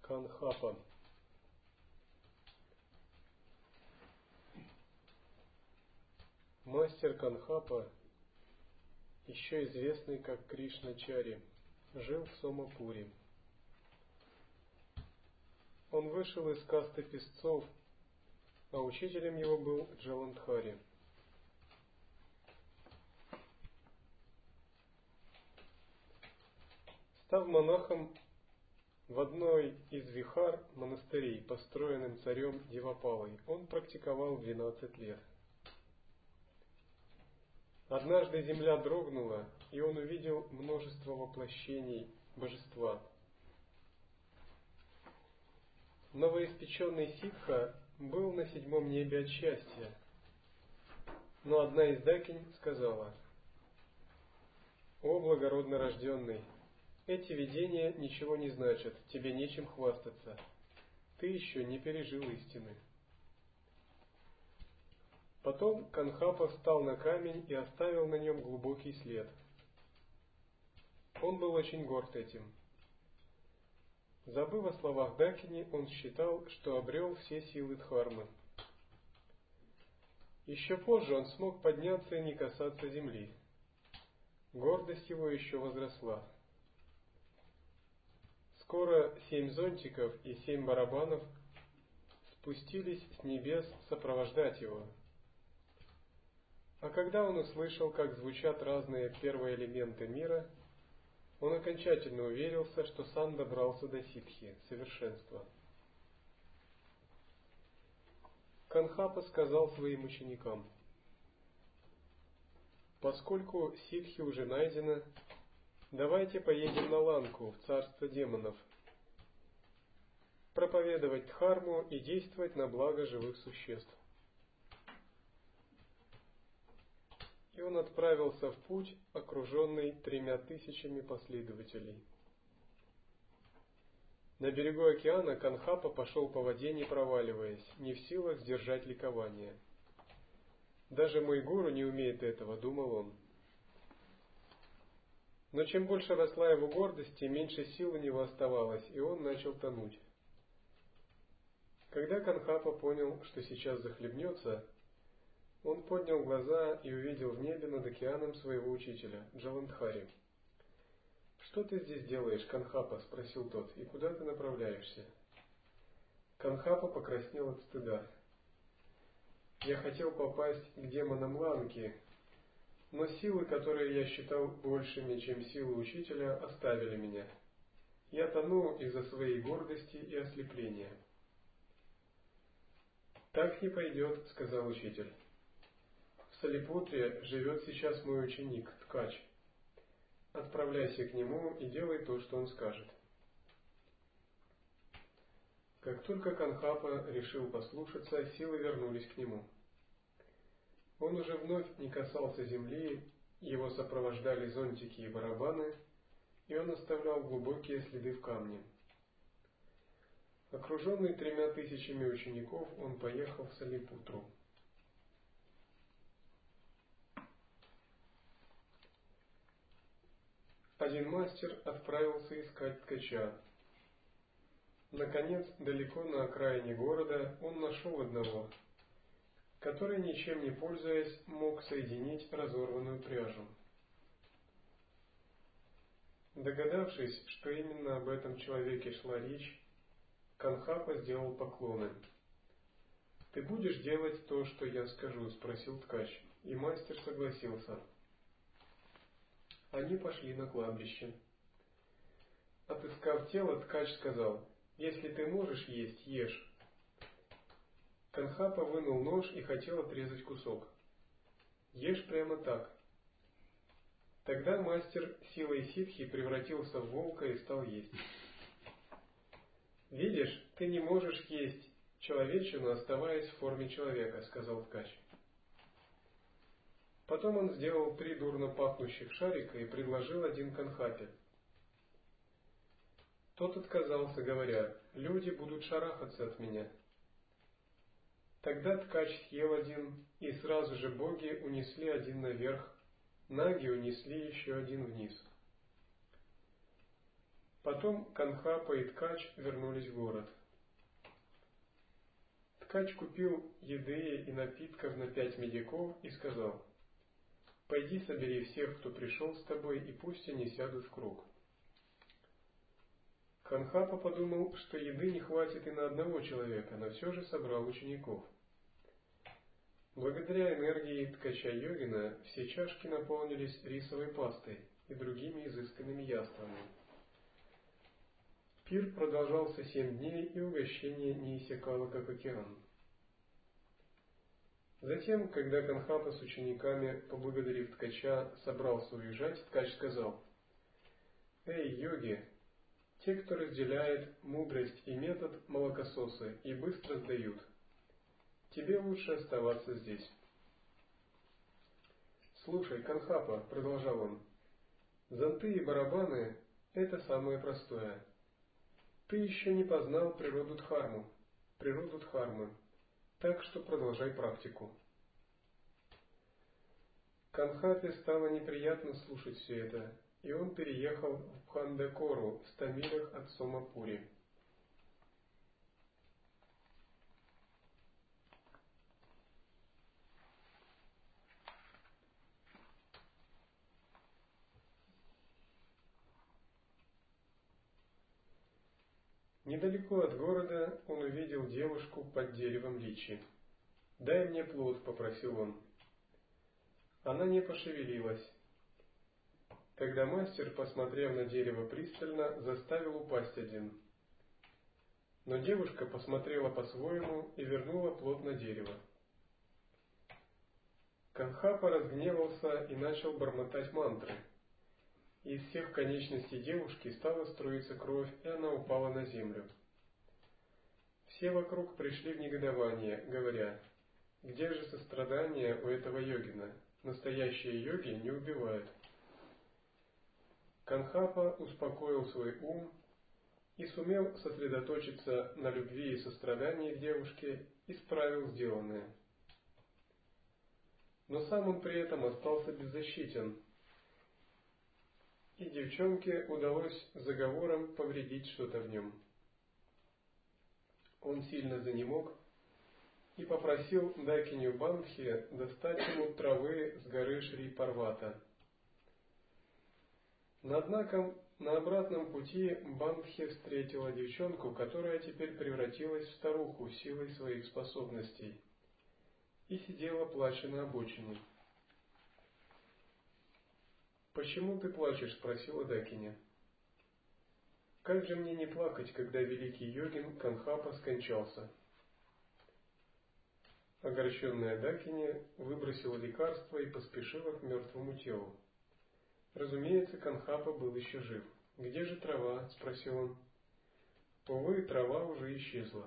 Канхапа. Мастер Канхапа, еще известный как Кришначари, жил в Сомапуре. Он вышел из касты песцов, а учителем его был Джаландхари. Став монахом в одной из вихар монастырей, построенным царем Девапалой, он практиковал 12 лет. Однажды земля дрогнула, и он увидел множество воплощений божества. Новоиспеченный ситха был на 7 небе от счастья, но одна из дакинь сказала: «О, благородно рожденный, эти видения ничего не значат, тебе нечем хвастаться, ты еще не пережил истины». Потом Канхапа встал на камень и оставил на нем глубокий след. Он был очень горд этим. Забыв о словах дакини, он считал, что обрел все силы дхармы. Еще позже он смог подняться и не касаться земли. Гордость его еще возросла. Скоро 7 зонтиков и 7 барабанов спустились с небес сопровождать его. А когда он услышал, как звучат разные первые элементы мира, он окончательно уверился, что сам добрался до ситхи, совершенства. Канхапа сказал своим ученикам: «Поскольку ситхи уже найдено, давайте поедем на Ланку, в царство демонов, проповедовать дхарму и действовать на благо живых существ». И он отправился в путь, окруженный 3000 последователей. На берегу океана Канхапа пошел по воде, не проваливаясь, не в силах сдержать ликование. «Даже мой гуру не умеет этого», — думал он. Но чем больше росла его гордость, тем меньше сил у него оставалось, и он начал тонуть. Когда Канхапа понял, что сейчас захлебнется, он поднял глаза и увидел в небе над океаном своего учителя, Джаландхари. «Что ты здесь делаешь, Канхапа?» — спросил тот. «И куда ты направляешься?» Канхапа покраснел от стыда. «Я хотел попасть к демонам Ланки, но силы, которые я считал большими, чем силы учителя, оставили меня. Я тону из-за своей гордости и ослепления». «Так не пойдет», — сказал учитель. «В Салипутре живет сейчас мой ученик, ткач. Отправляйся к нему и делай то, что он скажет». Как только Канхапа решил послушаться, силы вернулись к нему. Он уже вновь не касался земли, его сопровождали зонтики и барабаны, и он оставлял глубокие следы в камне. Окруженный 3000 учеников, он поехал в Салипутру. Один мастер отправился искать ткача. Наконец, далеко на окраине города, он нашел одного, который, ничем не пользуясь, мог соединить разорванную пряжу. Догадавшись, что именно об этом человеке шла речь, Канхапа сделал поклоны. «Ты будешь делать то, что я скажу?» — спросил ткач, и мастер согласился. Они пошли на кладбище. Отыскав тело, ткач сказал: «Если ты можешь есть, ешь». Канхапа вынул нож и хотел отрезать кусок. «Ешь прямо так». Тогда мастер силой ситхи превратился в волка и стал есть. «Видишь, ты не можешь есть человечину, оставаясь в форме человека», — сказал ткач. Потом он сделал 3 дурно пахнущих шарика и предложил один Канхапе. Тот отказался, говоря: «Люди будут шарахаться от меня». Тогда ткач съел один, и сразу же боги унесли один наверх, наги унесли еще один вниз. Потом Канхапа и ткач вернулись в город. Ткач купил еды и напитков на 5 медиков и сказал: «Пойди собери всех, кто пришел с тобой, и пусть они сядут в круг». Канхапа подумал, что еды не хватит и на одного человека, но все же собрал учеников. Благодаря энергии ткача-йогина все чашки наполнились рисовой пастой и другими изысканными яствами. Пир продолжался 7 дней, и угощение не иссякало, как океан. Затем, когда Канхапа с учениками, поблагодарив ткача, собрался уезжать, ткач сказал: «Эй, йоги, те, кто разделяет мудрость и метод, молокососы и быстро сдают, тебе лучше оставаться здесь». «Слушай, Канхапа», — продолжал он, — «зонты и барабаны — это самое простое. Ты еще не познал природу Дхармы, так что продолжай практику». Канхапе стало неприятно слушать все это, и он переехал в Бхандакору в 100 милях от Сомапури. Недалеко от города он увидел девушку под деревом личи. «Дай мне плод», — попросил он. Она не пошевелилась. Тогда мастер, посмотрев на дерево пристально, заставил упасть один. Но девушка посмотрела по-своему и вернула плод на дерево. Канхапа разгневался и начал бормотать мантры. Из всех конечностей девушки стала струиться кровь, и она упала на землю. Все вокруг пришли в негодование, говоря: «Где же сострадание у этого йогина? Настоящие йоги не убивают». Канхапа успокоил свой ум и сумел сосредоточиться на любви и сострадании к девушке, исправил сделанное. Но сам он при этом остался беззащитен, и девчонке удалось заговором повредить что-то в нем. Он сильно занемог и попросил Дакиню Бандхи достать ему травы с горы Шри-Парвата. Однако на обратном пути Бандхи встретила девчонку, которая теперь превратилась в старуху силой своих способностей, и сидела плача на обочине. «Почему ты плачешь?» — спросила Дакиня. «Как же мне не плакать, когда великий йогин Канхапа скончался?» Огорченная Дакиня выбросила лекарство и поспешила к мертвому телу. Разумеется, Канхапа был еще жив. «Где же трава?» — спросил он. Увы, трава уже исчезла.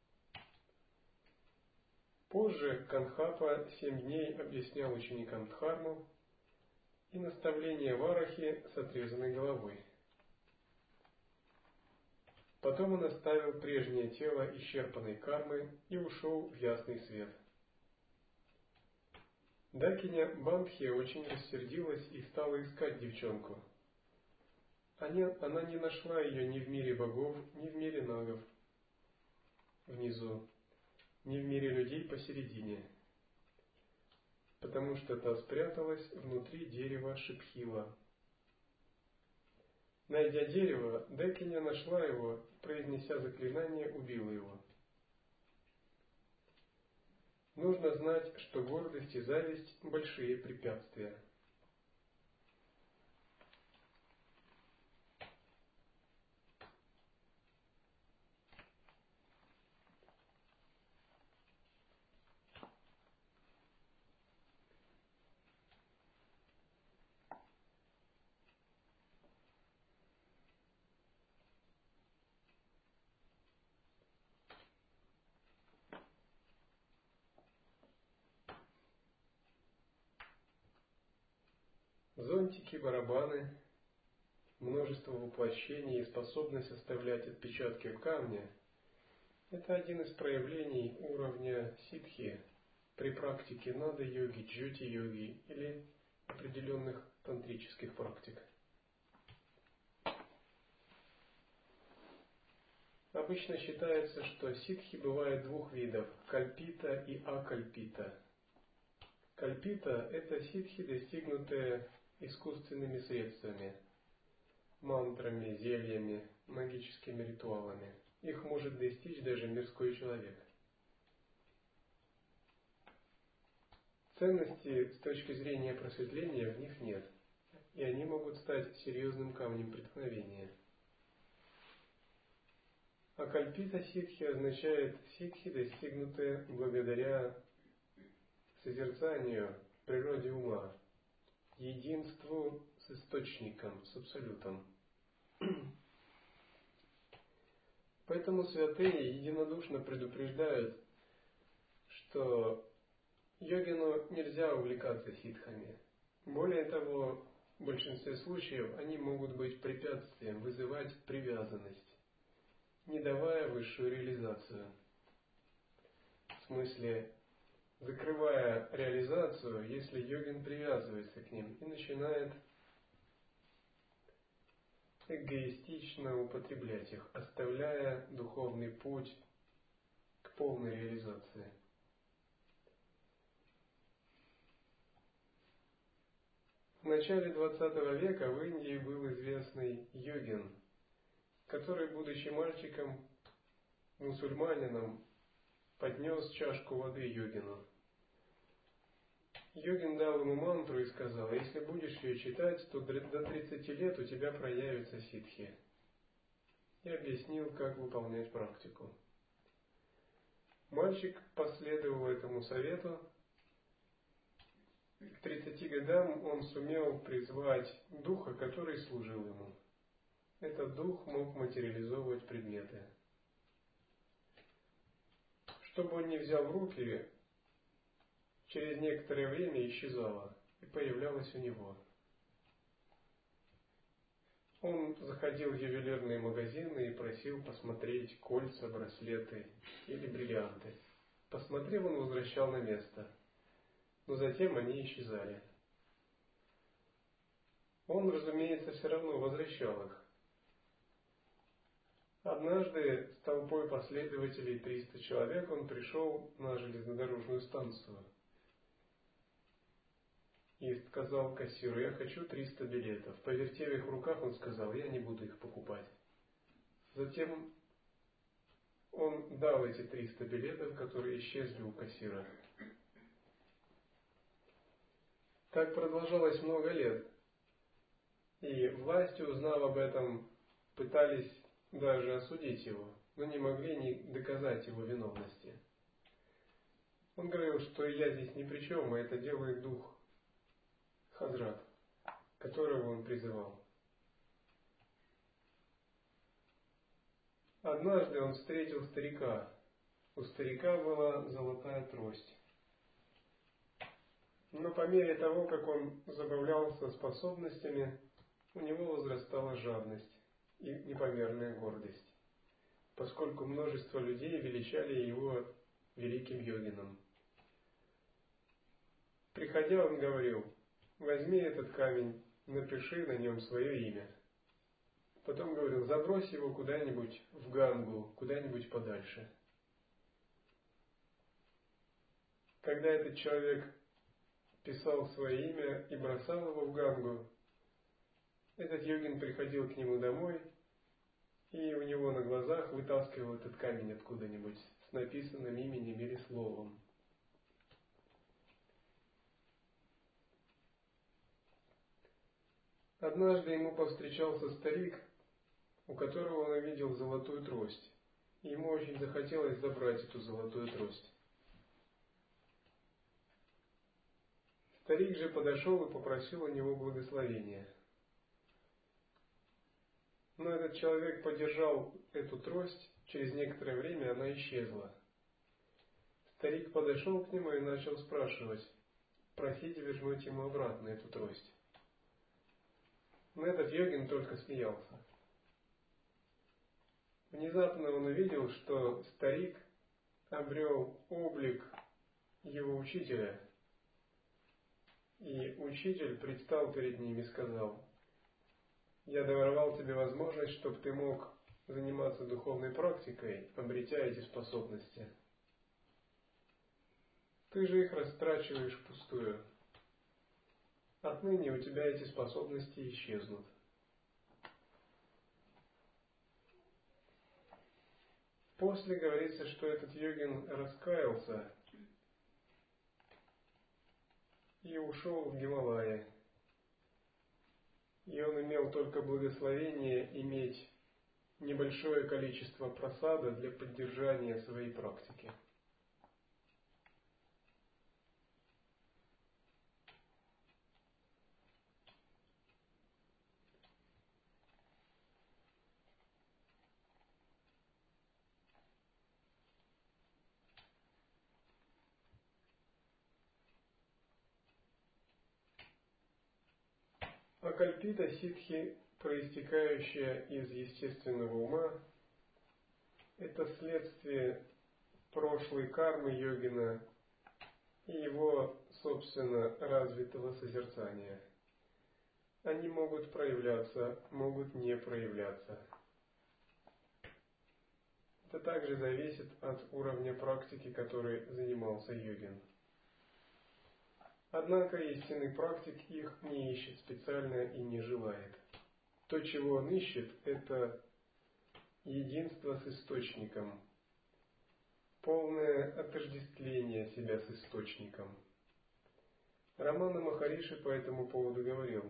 Позже Канхапа 7 дней объяснял ученикам Дхарму и наставления Варахи с отрезанной головой. Потом он оставил прежнее тело исчерпанной кармы и ушел в ясный свет. Дакиня Бандхи очень рассердилась и стала искать девчонку. Она не нашла ее ни в мире богов, ни в мире нагов внизу, ни в мире людей посередине, потому что та спряталась внутри дерева Шипхила. Найдя дерево, Дакиня нашла его, произнеся заклинание, убила его. Нужно знать, что гордость и зависть – большие препятствия. Зонтики, барабаны, множество воплощений и способность оставлять отпечатки в камне – это один из проявлений уровня ситхи при практике нада-йоги, джьоти-йоги или определенных тантрических практик. Обычно считается, что ситхи бывает двух видов – кальпита и акальпита. Кальпита – это ситхи, достигнутые искусственными средствами, мантрами, зельями, магическими ритуалами. Их может достичь даже мирской человек. Ценности с точки зрения просветления в них нет, и они могут стать серьезным камнем преткновения. Акальпита ситхи означает ситхи, достигнутые благодаря созерцанию природе ума, единству с источником, с абсолютом. Поэтому святые единодушно предупреждают, что йогину нельзя увлекаться ситхами. Более того, в большинстве случаев они могут быть препятствием, вызывать привязанность, не давая высшую реализацию. В смысле, закрывая реализацию, если йогин привязывается к ним и начинает эгоистично употреблять их, оставляя духовный путь к полной реализации. В начале XX века в Индии был известный йогин, который, будучи мальчиком, мусульманином, поднес чашку воды йогину. Йогин дал ему мантру и сказал: если будешь ее читать, то до 30 лет у тебя проявятся ситхи. И объяснил, как выполнять практику. Мальчик последовал этому совету. К 30 годам он сумел призвать духа, который служил ему. Этот дух мог материализовывать предметы. Что бы он ни взял в руки, через некоторое время исчезало и появлялось у него. Он заходил в ювелирные магазины и просил посмотреть кольца, браслеты или бриллианты. Посмотрев, он возвращал на место, но затем они исчезали. Он, разумеется, все равно возвращал их. Однажды с толпой последователей, 300 человек, он пришел на железнодорожную станцию и сказал кассиру: я хочу 300 билетов. Повертев их в руках, он сказал: я не буду их покупать. Затем он дал эти 300 билетов, которые исчезли у кассира. Так продолжалось много лет. И власти, узнав об этом, пытались даже осудить его, но не могли не доказать его виновности. Он говорил, что я здесь ни при чем, а это делает дух Хазрат, которого он призывал. Однажды он встретил старика. У старика была золотая трость. Но по мере того, как он забавлялся способностями, у него возрастала жадность и непомерная гордость, поскольку множество людей величали его великим йогином. Приходя, он говорил: возьми этот камень, напиши на нем свое имя. Потом говорил: забрось его куда-нибудь в Гангу, куда-нибудь подальше. Когда этот человек писал свое имя и бросал его в Гангу, этот йогин приходил к нему домой и у него на глазах вытаскивал этот камень откуда-нибудь с написанным именем или словом. Однажды ему повстречался старик, у которого он увидел золотую трость, и ему очень захотелось забрать эту золотую трость. Старик же подошел и попросил у него благословения. Но этот человек подержал эту трость, через некоторое время она исчезла. Старик подошел к нему и начал спрашивать: просите вернуть ему обратно эту трость. Но этот йогин только смеялся. Внезапно он увидел, что старик обрел облик его учителя, и учитель предстал перед ним и сказал: я даровал тебе возможность, чтобы ты мог заниматься духовной практикой, обретя эти способности. Ты же их растрачиваешь впустую. Отныне у тебя эти способности исчезнут. После говорится, что этот йогин раскаялся и ушел в Гималаи. И он имел только благословение иметь небольшое количество прасада для поддержания своей практики. А кальпита ситхи, проистекающая из естественного ума, это следствие прошлой кармы йогина и его, собственно, развитого созерцания. Они могут проявляться, могут не проявляться. Это также зависит от уровня практики, которой занимался йогин. Однако истинный практик их не ищет специально и не желает. То, чего он ищет, это единство с источником, полное отождествление себя с источником. Рамана Махариши по этому поводу говорил: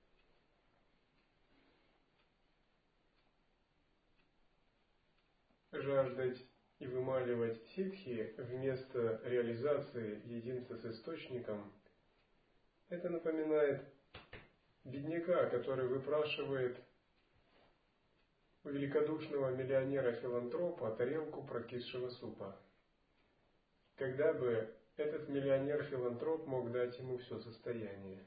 жаждать и вымаливать ситхи вместо реализации единства с источником — это напоминает бедняка, который выпрашивает у великодушного миллионера-филантропа тарелку прокисшего супа, когда бы этот миллионер-филантроп мог дать ему все состояние.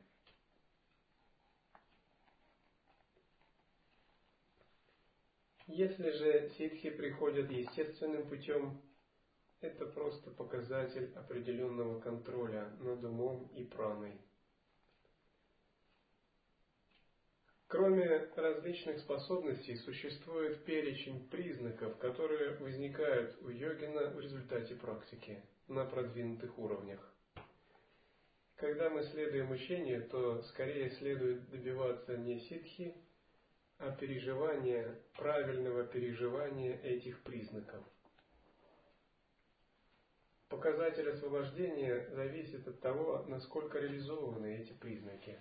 Если же ситхи приходят естественным путем, это просто показатель определенного контроля над умом и праной. Кроме различных способностей, существует перечень признаков, которые возникают у йогина в результате практики на продвинутых уровнях. Когда мы следуем учению, то скорее следует добиваться не ситхи, а переживания, правильного переживания этих признаков. Показатель освобождения зависит от того, насколько реализованы эти признаки.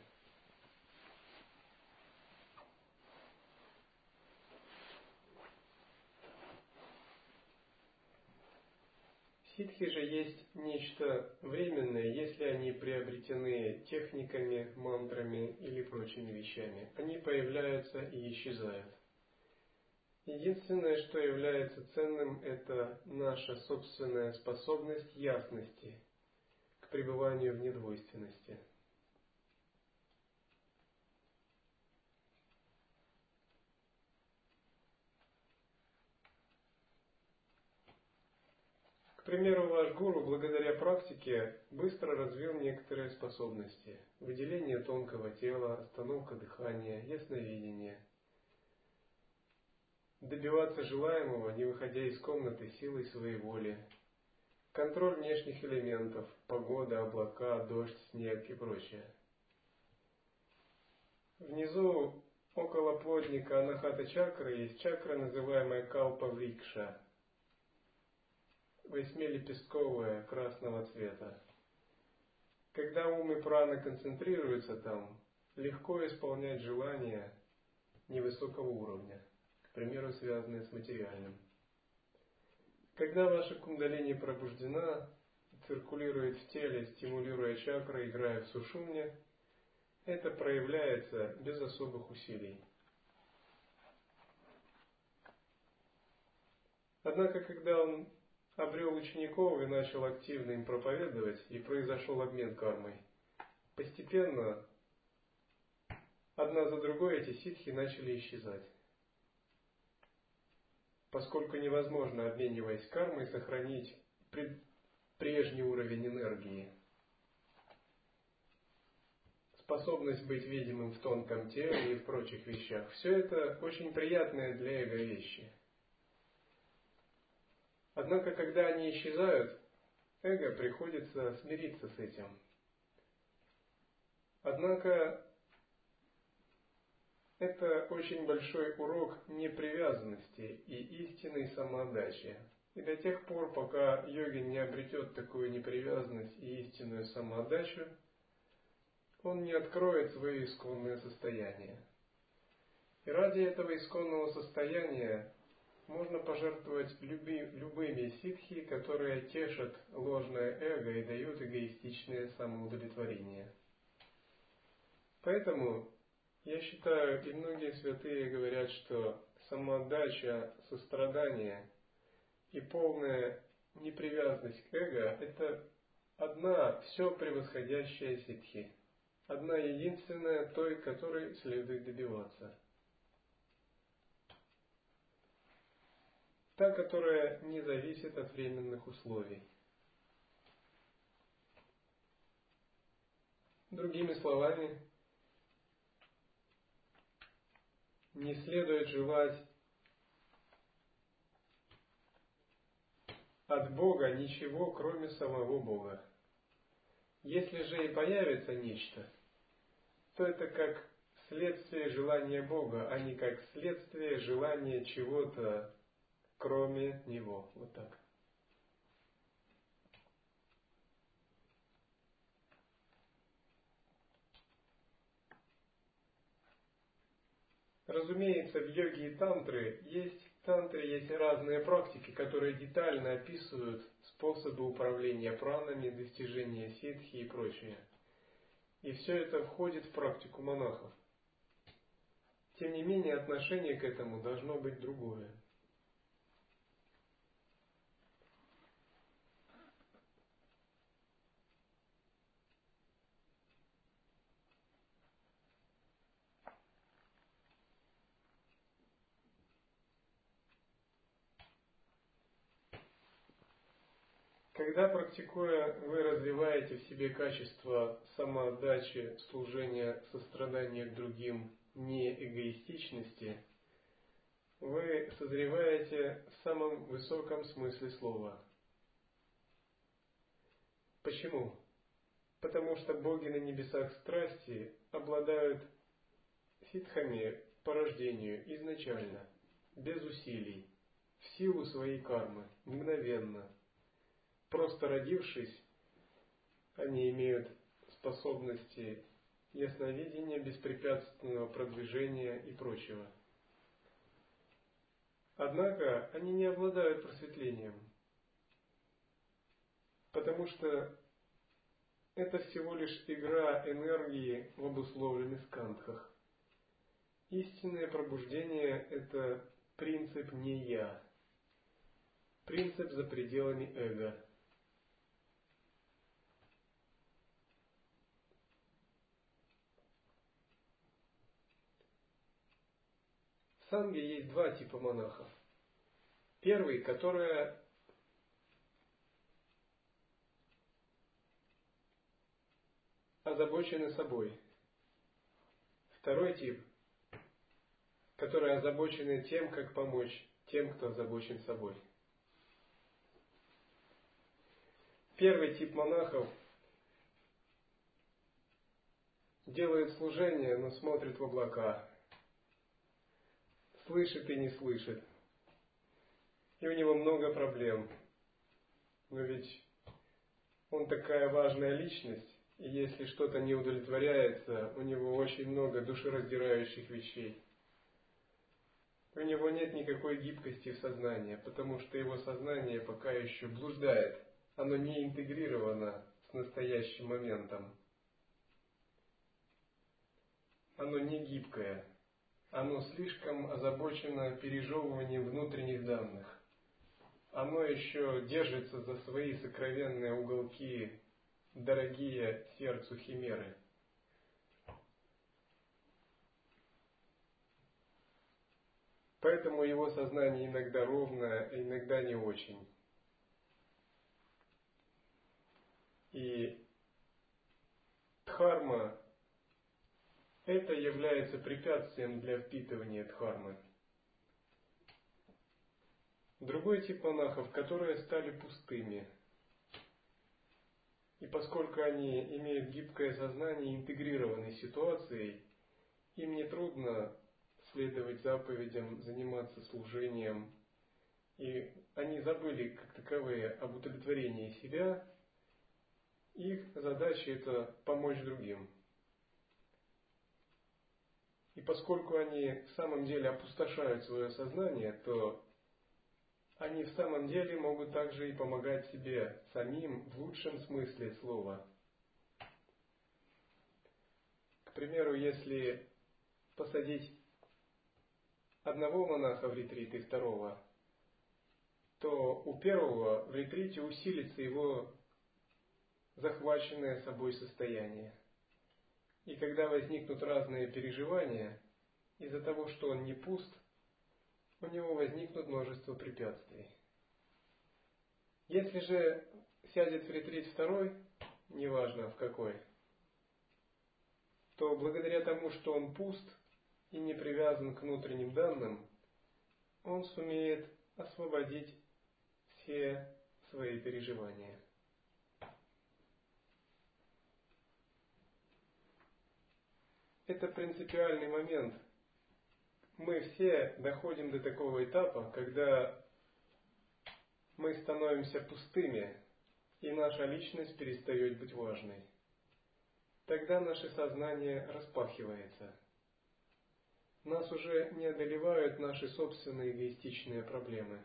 Ситхи же есть нечто временное, если они приобретены техниками, мантрами или прочими вещами. Они появляются и исчезают. Единственное, что является ценным, это наша собственная способность ясности к пребыванию в недвойственности. К примеру, ваш гуру благодаря практике быстро развил некоторые способности: выделение тонкого тела, остановка дыхания, ясновидение. Добиваться желаемого, не выходя из комнаты силой своей воли. Контроль внешних элементов, погода, облака, дождь, снег и прочее. Внизу, около плотника анахата чакры, есть чакра, называемая калпа врикша, восьмилепестковая, красного цвета. Когда ум и прана концентрируются там, легко исполнять желания невысокого уровня, к примеру, связанные с материальным. Когда ваша кундалини пробуждена, циркулирует в теле, стимулируя чакры, играя в сушумне, это проявляется без особых усилий. Однако, когда он обрел учеников и начал активно им проповедовать, и произошел обмен кармой, постепенно, одна за другой, эти ситхи начали исчезать. Поскольку невозможно, обмениваясь кармой, сохранить прежний уровень энергии. Способность быть видимым в тонком теле и в прочих вещах. Все это очень приятные для эго вещи. Однако, когда они исчезают, эго приходится смириться с этим. Однако, это очень большой урок непривязанности и истинной самоотдачи. И до тех пор, пока йогин не обретет такую непривязанность и истинную самоотдачу, он не откроет свое исконное состояние. И ради этого исконного состояния можно пожертвовать любыми ситхи, которые тешат ложное эго и дают эгоистичное самоудовлетворение. Поэтому я считаю, и многие святые говорят, что самоотдача, сострадание и полная непривязанность к эго – это одна все превосходящая ситхи, одна единственная той, которой следует добиваться. Та, которая не зависит от временных условий. Другими словами, не следует желать от Бога ничего, кроме самого Бога. Если же и появится нечто, то это как следствие желания Бога, а не как следствие желания чего-то, кроме Него. Вот так. Разумеется, в йоге и тантре есть разные практики, которые детально описывают способы управления пранами, достижения ситхи и прочее. И все это входит в практику монахов. Тем не менее, отношение к этому должно быть другое. Когда, практикуя, вы развиваете в себе качество самоотдачи, служения, сострадания к другим, не эгоистичности, вы созреваете в самом высоком смысле слова. Почему? Потому что боги на небесах страсти обладают ситхами по рождению изначально, без усилий, в силу своей кармы, мгновенно. Просто родившись, они имеют способности ясновидения, беспрепятственного продвижения и прочего. Однако они не обладают просветлением, потому что это всего лишь игра энергии в обусловленных скандхах. Истинное пробуждение – это принцип «не я», принцип за пределами эго. В санге есть два типа монахов. Первый, которые озабочены собой. Второй тип, которые озабочены тем, как помочь тем, кто озабочен собой. Первый тип монахов делает служение, но смотрит в облака, слышит и не слышит. И у него много проблем. Но ведь он такая важная личность, и если что-то не удовлетворяется, у него очень много душераздирающих вещей. У него нет никакой гибкости в сознании, потому что его сознание пока еще блуждает. Оно не интегрировано с настоящим моментом. Оно не гибкое. Оно слишком озабочено пережевыванием внутренних данных. Оно еще держится за свои сокровенные уголки, дорогие сердцу химеры. Поэтому его сознание иногда ровное, а иногда не очень. И дхарма – это является препятствием для впитывания дхармы. Другой тип монахов, которые стали пустыми. И поскольку они имеют гибкое сознание и интегрированы с ситуацией, им нетрудно следовать заповедям, заниматься служением. И они забыли, как таковые, об удовлетворении себя. Их задача – это помочь другим. И поскольку они в самом деле опустошают свое сознание, то они в самом деле могут также и помогать себе самим в лучшем смысле слова. К примеру, если посадить одного монаха в ретрит и второго, то у первого в ретрите усилится его захваченное собой состояние. И когда возникнут разные переживания, из-за того, что он не пуст, у него возникнут множество препятствий. Если же сядет в ретрит второй, неважно в какой, то благодаря тому, что он пуст и не привязан к внутренним данным, он сумеет освободить все свои переживания. Это принципиальный момент. Мы все доходим до такого этапа, когда мы становимся пустыми, и наша личность перестает быть важной. Тогда наше сознание распахивается. Нас уже не одолевают наши собственные эгоистичные проблемы.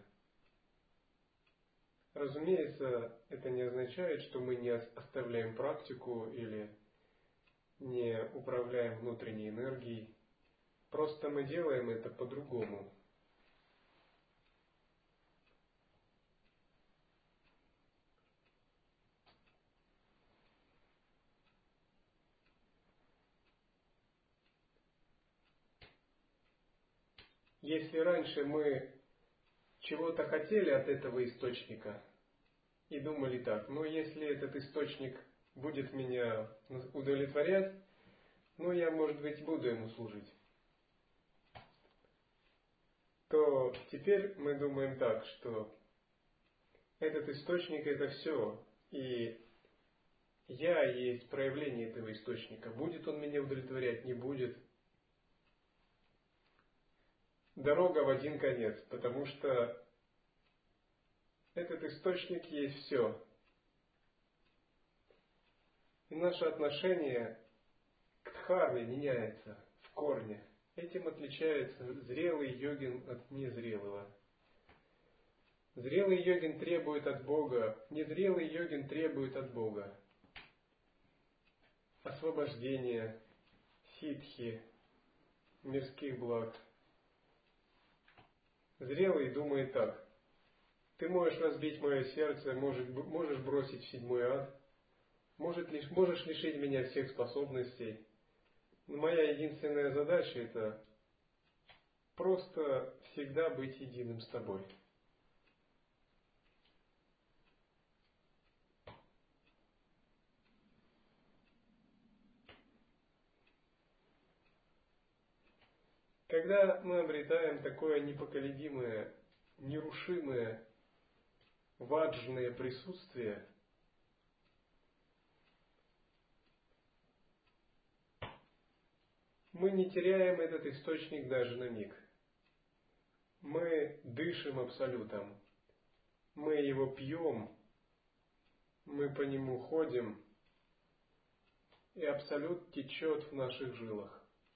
Разумеется, это не означает, что мы не оставляем практику или не управляем внутренней энергией. Просто мы делаем это по-другому. Если раньше мы чего-то хотели от этого источника и думали так, если этот источник будет меня удовлетворять, я, может быть, буду ему служить, то теперь мы думаем так, что этот источник – это все, и я есть проявление этого источника. Будет он меня удовлетворять, не будет. Дорога в один конец, потому что этот источник есть все. И наше отношение к дхарме меняется в корне. Этим отличается зрелый йогин от незрелого. Зрелый йогин требует от Бога, незрелый йогин требует от Бога освобождения, ситхи, мирских благ. Зрелый думает так: ты можешь разбить мое сердце, можешь бросить в седьмой ад, можешь лишить меня всех способностей. Но моя единственная задача – это просто всегда быть единым с тобой. Когда мы обретаем такое непоколебимое, нерушимое, ваджное присутствие, мы не теряем этот источник даже на миг. Мы дышим Абсолютом, мы его пьем, мы по нему ходим, и Абсолют течет в наших жилах.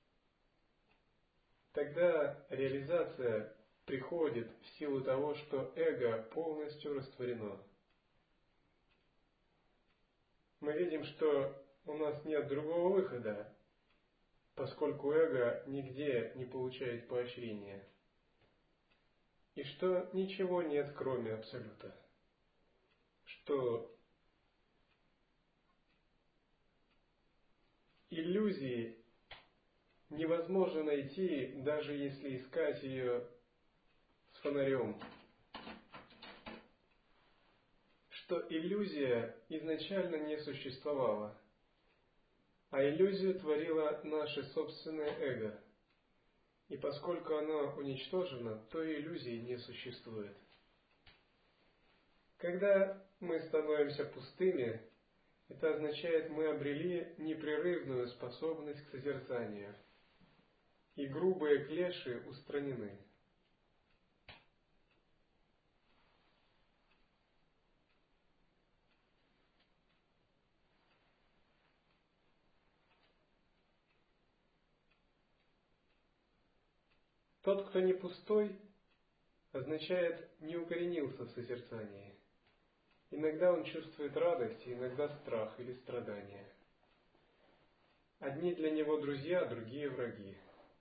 Тогда реализация приходит в силу того, что эго полностью растворено. Мы видим, что у нас нет другого выхода, поскольку эго нигде не получает поощрения, и что ничего нет, кроме Абсолюта, что иллюзии невозможно найти, даже если искать ее с фонарем, что иллюзия изначально не существовала, а иллюзию творило наше собственное эго. И поскольку оно уничтожено, то и иллюзии не существует. Когда мы становимся пустыми, это означает, мы обрели непрерывную способность к созерцанию, и грубые клеши устранены. Тот, кто не пустой, означает, не укоренился в созерцании. Иногда он чувствует радость, иногда страх или страдания. Одни для него друзья, другие враги.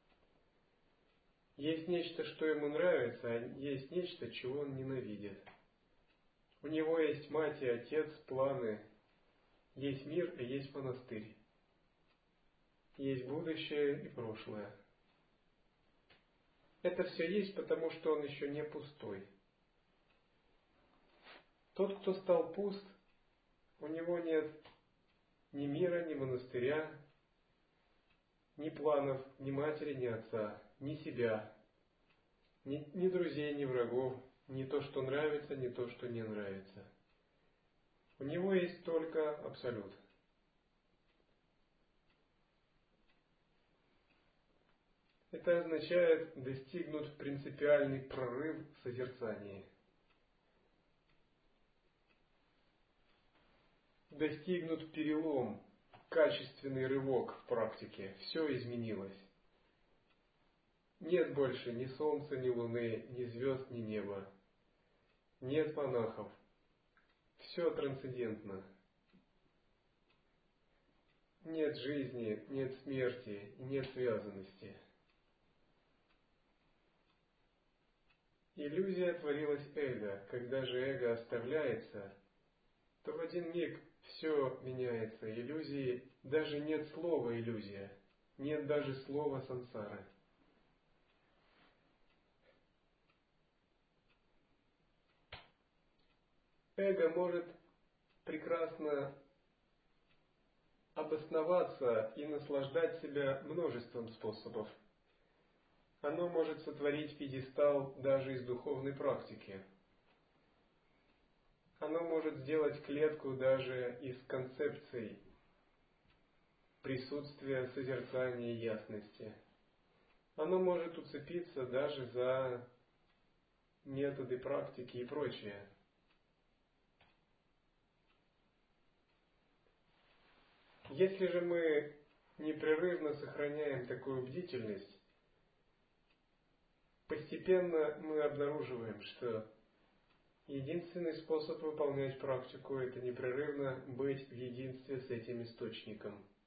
Есть нечто, что ему нравится, а есть нечто, чего он ненавидит. У него есть мать и отец, планы, есть мир и есть монастырь. Есть будущее и прошлое. Это все есть, потому что он еще не пустой. Тот, кто стал пуст, у него нет ни мира, ни монастыря, ни планов, ни матери, ни отца, ни себя, ни друзей, ни врагов, ни то, что нравится, ни то, что не нравится. У него есть только Абсолют. Это означает достигнуть принципиальный прорыв в созерцании. Достигнут перелом, качественный рывок в практике. Все изменилось. Нет больше ни солнца, ни луны, ни звезд, ни неба. Нет монахов. Все трансцендентно. Нет жизни, нет смерти, нет связанности. Иллюзия творилась эго. Когда же эго оставляется, то в один миг все меняется. Иллюзии, даже нет слова иллюзия, нет даже слова сансара. Эго может прекрасно обосноваться и наслаждать себя множеством способов. Оно может сотворить пьедестал даже из духовной практики. Оно может сделать клетку даже из концепций присутствия, созерцания и ясности. Оно может уцепиться даже за методы практики и прочее. Если же мы непрерывно сохраняем такую бдительность, постепенно мы обнаруживаем, что единственный способ выполнять практику – это непрерывно быть в единстве с этим источником.